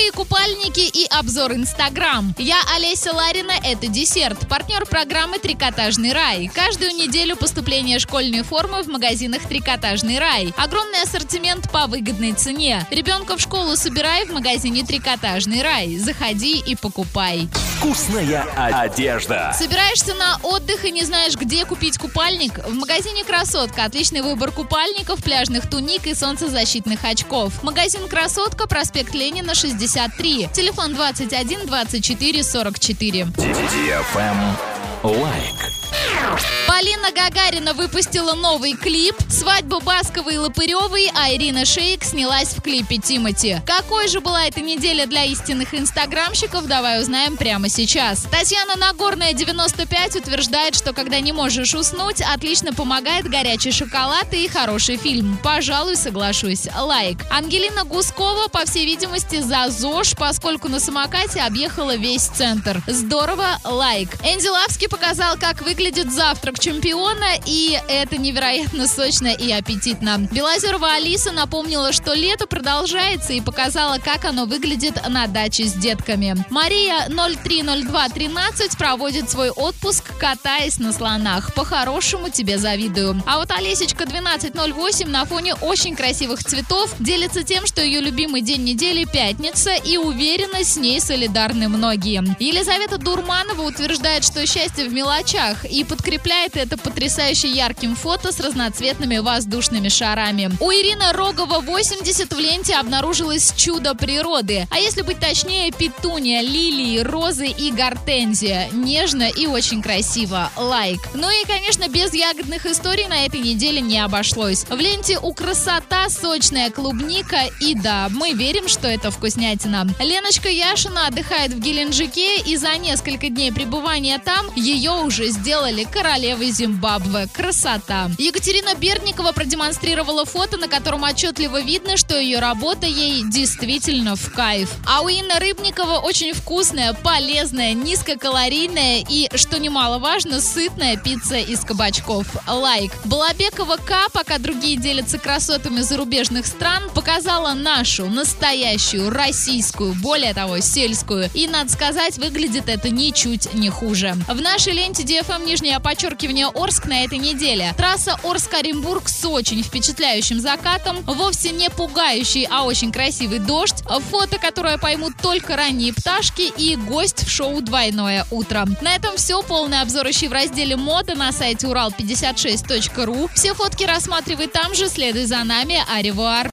Крутые купальники и обзор Инстаграм. Я Олеся Ларина, это десерт. Партнер программы «Трикотажный рай». Каждую неделю поступление школьной формы в магазинах «Трикотажный рай». Огромный ассортимент по выгодной цене. Ребенка в школу собирай в магазине «Трикотажный рай». Заходи и покупай. Вкусная одежда. Собираешься на отдых и не знаешь, где купить купальник? В магазине «Красотка» отличный выбор купальников, пляжных туник и солнцезащитных очков. Магазин «Красотка», проспект Ленина, 63. Телефон 21 24 44. Лайк. Полина Гагарина выпустила новый клип. Свадьбу Басковой и Лопыревой, а Ирина Шейк снялась в клипе Тимати. Какой же была эта неделя для истинных инстаграмщиков, давай узнаем прямо сейчас. Татьяна Нагорная, 95, утверждает, что когда не можешь уснуть, отлично помогает горячий шоколад и хороший фильм. Пожалуй, соглашусь. Лайк. Ангелина Гускова, по всей видимости, за ЗОЖ, поскольку на самокате объехала весь центр. Здорово. Лайк. Энди Лавский показал, как выглядит завтрак чемпиона, и это невероятно сочно и аппетитно. Белозерова Алиса напомнила, что лето продолжается, и показала, как оно выглядит на даче с детками. Мария 030213 проводит свой отпуск, катаясь на слонах. По-хорошему тебе завидую. А вот Олесечка 1208 на фоне очень красивых цветов делится тем, что ее любимый день недели пятница, и уверена, с ней солидарны многие. Елизавета Дурманова утверждает, что счастье в мелочах, и подкрепляет это потрясающе ярким фото с разноцветными воздушными шарами. У Ирины Рогова 80 в ленте обнаружилось чудо природы. А если быть точнее, петуния, лилии, розы и гортензия. Нежно и очень красиво. Лайк. Ну и, конечно, без ягодных историй на этой неделе не обошлось. В ленте у красота, сочная клубника, и да, мы верим, что это вкуснятина. Леночка Яшина отдыхает в Геленджике, и за несколько дней пребывания там ее уже сделали королевой Зимбабве. Красота. Екатерина Бердникова продемонстрировала фото, на котором отчетливо видно, что ее работа ей действительно в кайф. А у Инны Рыбникова очень вкусная, полезная, низкокалорийная и, что немаловажно, сытная пицца из кабачков. Лайк. Балабекова К, пока другие делятся красотами зарубежных стран, показала нашу, настоящую, российскую, более того, сельскую. И, надо сказать, выглядит это ничуть не хуже. В нашей ленте DFM _, Орск на этой неделе. Трасса Орск-Оренбург с очень впечатляющим закатом, вовсе не пугающий, а очень красивый дождь, фото, которое поймут только ранние пташки, и гость в шоу «Двойное утро». На этом все. Полный обзор ищи в разделе «Мода» на сайте урал56.ру. Все фотки рассматривай там же. Следуй за нами. Аревуар.